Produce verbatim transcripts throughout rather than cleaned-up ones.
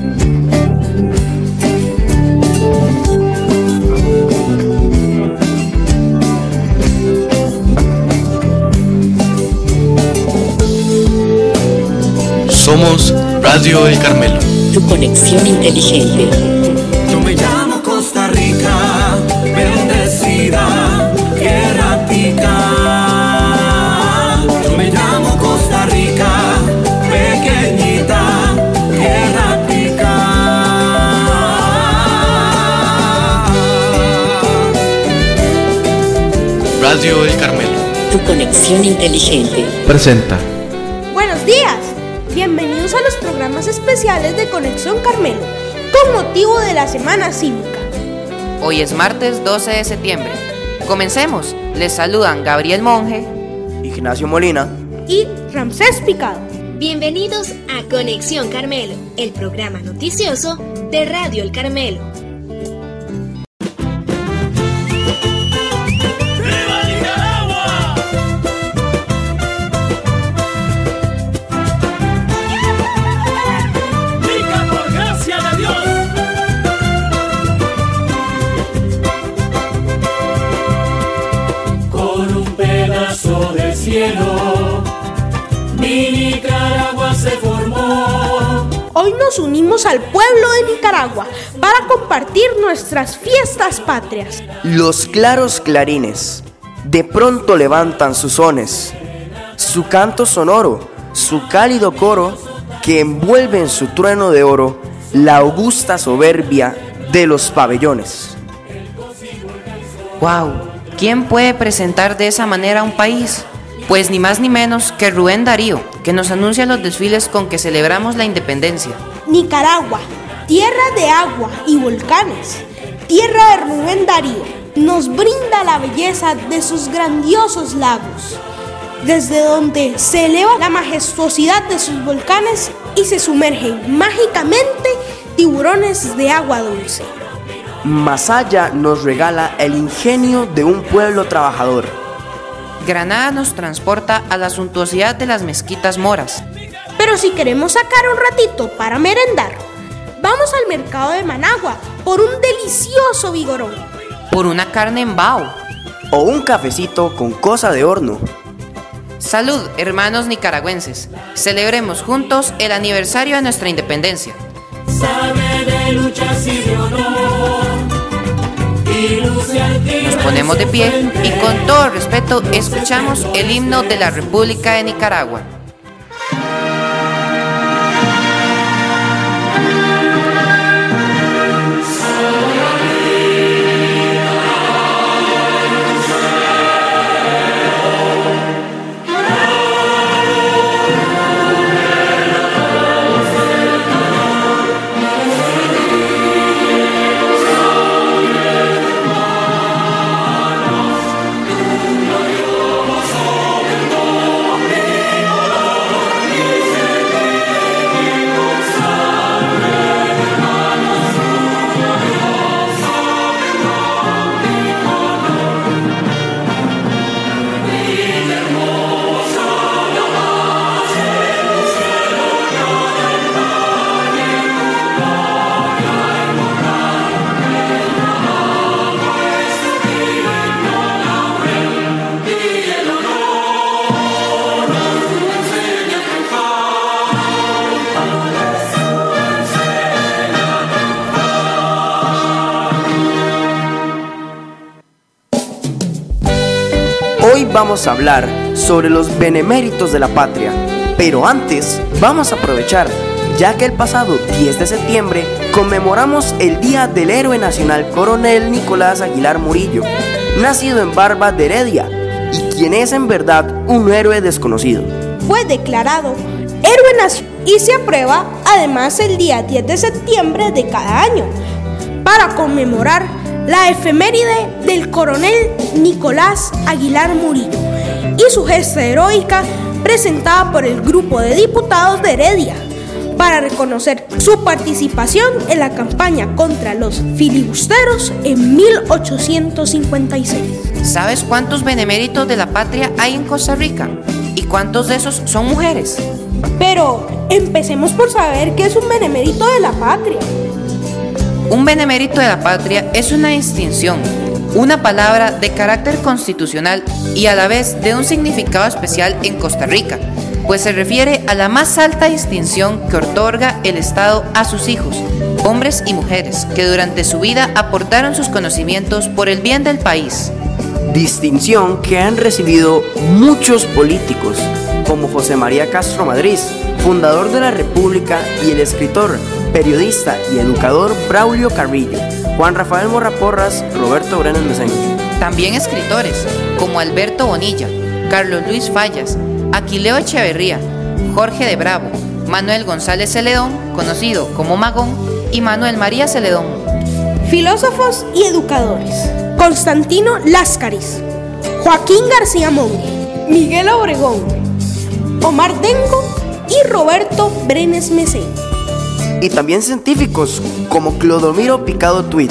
Somos Radio El Carmelo. Tu conexión inteligente. Yo me llamo Costa Rica, bendecida, tierra tica. Yo me llamo Costa Rica, pequeñita, tierra tica. Radio El Carmelo. Tu conexión inteligente. Presenta. Buenos días. Bienvenidos a los programas especiales de Conexión Carmelo, con motivo de la Semana Cívica. Hoy es martes doce de septiembre. Comencemos. Les saludan Gabriel Monge, Ignacio Molina y Ramsés Picado. Bienvenidos a Conexión Carmelo, el programa noticioso de Radio El Carmelo. Mi Nicaragua se formó. Hoy nos unimos al pueblo de Nicaragua para compartir nuestras fiestas patrias. Los claros clarines de pronto levantan sus sones, su canto sonoro, su cálido coro que envuelve en su trueno de oro la augusta soberbia de los pabellones. ¡Wow! ¿Quién puede presentar de esa manera a un país? Pues ni más ni menos que Rubén Darío, que nos anuncia los desfiles con que celebramos la independencia. Nicaragua, tierra de agua y volcanes, tierra de Rubén Darío, nos brinda la belleza de sus grandiosos lagos, desde donde se eleva la majestuosidad de sus volcanes y se sumergen mágicamente tiburones de agua dulce. Masaya nos regala el ingenio de un pueblo trabajador. Granada nos transporta a la suntuosidad de las mezquitas moras. Pero si queremos sacar un ratito para merendar, vamos al mercado de Managua por un delicioso vigorón, por una carne en bao o un cafecito con cosa de horno. Salud, hermanos nicaragüenses. Celebremos juntos el aniversario de nuestra independencia. Sabe de luchas y de honor. Nos ponemos de pie y con todo respeto escuchamos el himno de la República de Nicaragua. Hoy vamos a hablar sobre los beneméritos de la patria, pero antes vamos a aprovechar, ya que el pasado diez de septiembre conmemoramos el Día del Héroe Nacional Coronel Nicolás Aguilar Murillo, nacido en Barba de Heredia, y quien es en verdad un héroe desconocido. Fue declarado héroe nacional y se aprueba además el día diez de septiembre de cada año para conmemorar la efeméride del coronel Nicolás Aguilar Murillo y su gesta heroica presentada por el grupo de diputados de Heredia para reconocer su participación en la campaña contra los filibusteros en mil ochocientos cincuenta y seis. ¿Sabes cuántos beneméritos de la patria hay en Costa Rica? ¿Y cuántos de esos son mujeres? Pero empecemos por saber qué es un benemérito de la patria. Un benemérito de la patria es una distinción, una palabra de carácter constitucional y a la vez de un significado especial en Costa Rica, pues se refiere a la más alta distinción que otorga el Estado a sus hijos, hombres y mujeres, que durante su vida aportaron sus conocimientos por el bien del país. Distinción que han recibido muchos políticos, como José María Castro Madriz, fundador de la República, y el escritor, periodista y educador Braulio Carrillo, Juan Rafael Morra Porras, Roberto Brenes Mesén. También escritores como Alberto Bonilla, Carlos Luis Fallas, Aquileo Echeverría, Jorge de Bravo, Manuel González Celedón, conocido como Magón, y Manuel María Celedón. Filósofos y educadores: Constantino Láscaris, Joaquín García Monge, Miguel Obregón, Omar Dengo y Roberto Brenes Mesén. Y también científicos como Clodomiro Picado Tweet.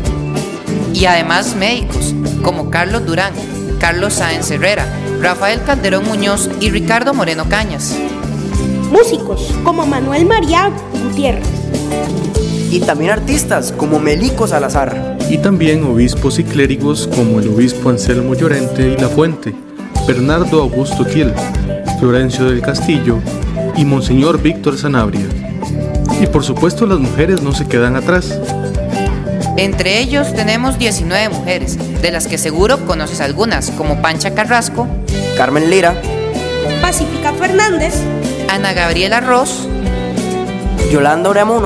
Y además médicos como Carlos Durán, Carlos Sáenz Herrera, Rafael Calderón Muñoz y Ricardo Moreno Cañas. Músicos como Manuel María Gutiérrez. Y también artistas como Melico Salazar. Y también obispos y clérigos como el obispo Anselmo Llorente y La Fuente, Bernardo Augusto Tiel, Florencio del Castillo y Monseñor Víctor Sanabria. Y por supuesto las mujeres no se quedan atrás. Entre ellos tenemos diecinueve mujeres, de las que seguro conoces algunas, como Pancha Carrasco, Carmen Lira, Pacífica Fernández, Ana Gabriela Ross, Yolanda Oreamuno,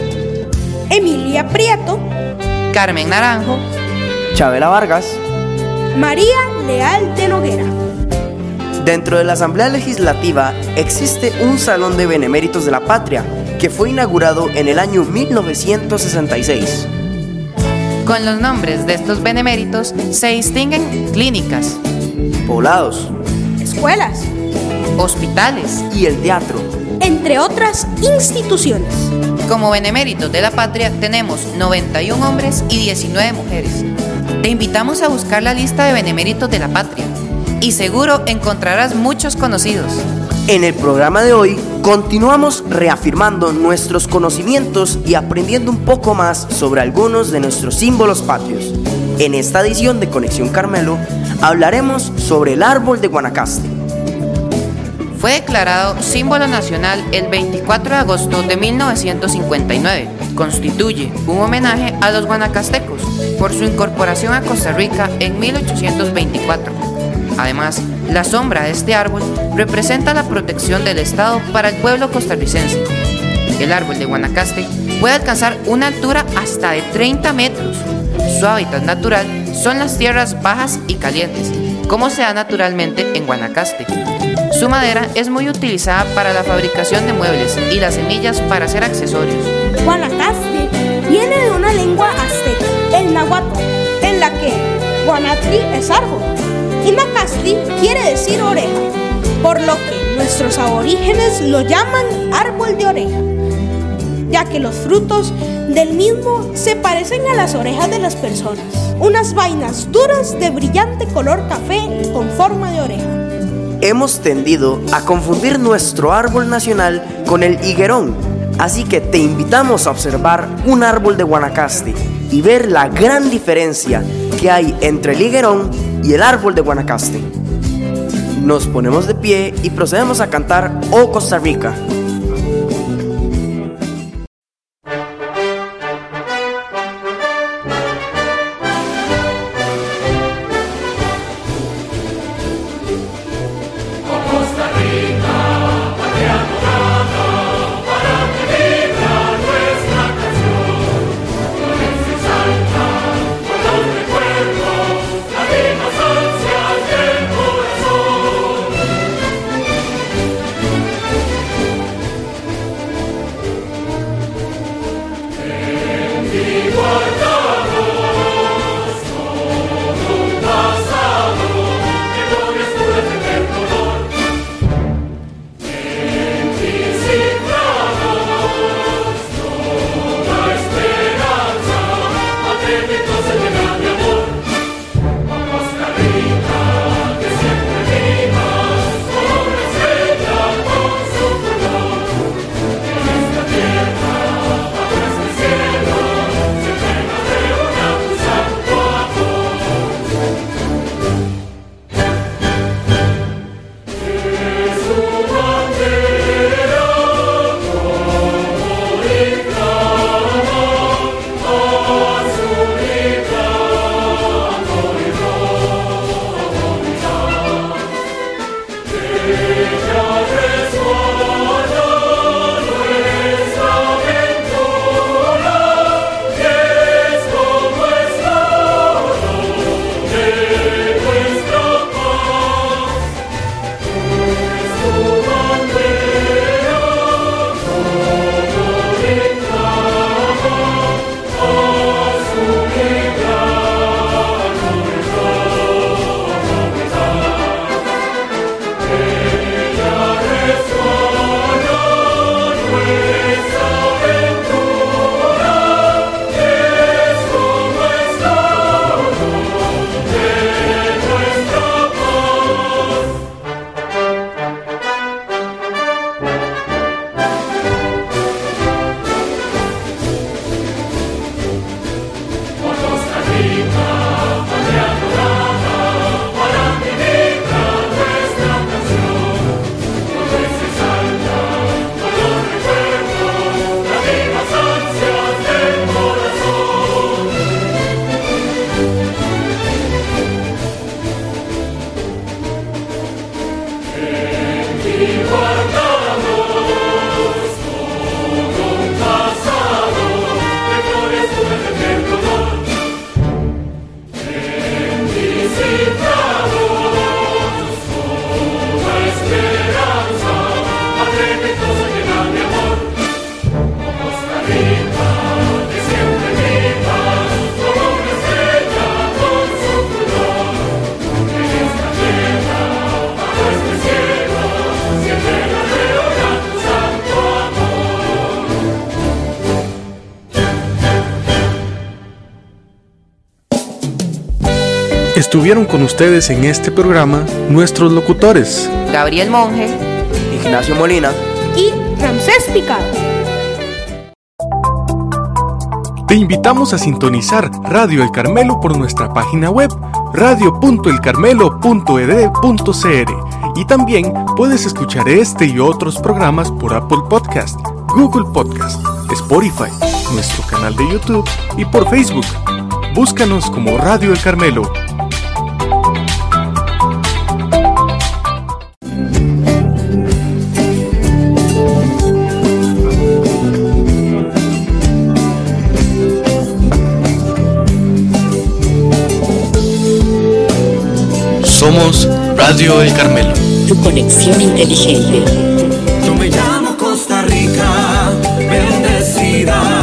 Emilia Prieto, Carmen Naranjo, Chabela Vargas, María Leal de Noguera. Dentro de la Asamblea Legislativa existe un Salón de Beneméritos de la Patria que fue inaugurado en el año mil novecientos sesenta y seis. Con los nombres de estos beneméritos se distinguen clínicas, poblados, escuelas, hospitales y el teatro, entre otras instituciones. Como beneméritos de la patria tenemos noventa y un hombres y diecinueve mujeres. Te invitamos a buscar la lista de beneméritos de la patria y seguro encontrarás muchos conocidos. En el programa de hoy continuamos reafirmando nuestros conocimientos y aprendiendo un poco más sobre algunos de nuestros símbolos patrios. En esta edición de Conexión Carmelo hablaremos sobre el árbol de Guanacaste. Fue declarado símbolo nacional el veinticuatro de agosto de mil novecientos cincuenta y nueve. Constituye un homenaje a los guanacastecos por su incorporación a Costa Rica en mil ochocientos veinticuatro. Además, la sombra de este árbol representa la protección del Estado para el pueblo costarricense. El árbol de Guanacaste puede alcanzar una altura hasta de treinta metros. Su hábitat natural son las tierras bajas y calientes, como se da naturalmente en Guanacaste. Su madera es muy utilizada para la fabricación de muebles y las semillas para hacer accesorios. Guanacaste viene de una lengua azteca, el náhuatl, en la que guanatli es árbol y nacastli quiere decir oreja, por lo que nuestros aborígenes lo llaman árbol de oreja, ya que los frutos del mismo se parecen a las orejas de las personas, unas vainas duras de brillante color café con forma de oreja. Hemos tendido a confundir nuestro árbol nacional con el higuerón, así que te invitamos a observar un árbol de Guanacaste y ver la gran diferencia que hay entre el higuerón y el árbol de Guanacaste. Nos ponemos de pie y procedemos a cantar Oh Costa Rica. Estuvieron con ustedes en este programa nuestros locutores: Gabriel Monge, Ignacio Molina y Ramsés Picado. Te invitamos a sintonizar Radio El Carmelo por nuestra página web radio punto el carmelo punto e d u punto c r, y también puedes escuchar este y otros programas por Apple Podcast, Google Podcast, Spotify, nuestro canal de YouTube y por Facebook. Búscanos como Radio El Carmelo. Somos Radio El Carmelo. Tu conexión inteligente. Yo me llamo Costa Rica, bendecida.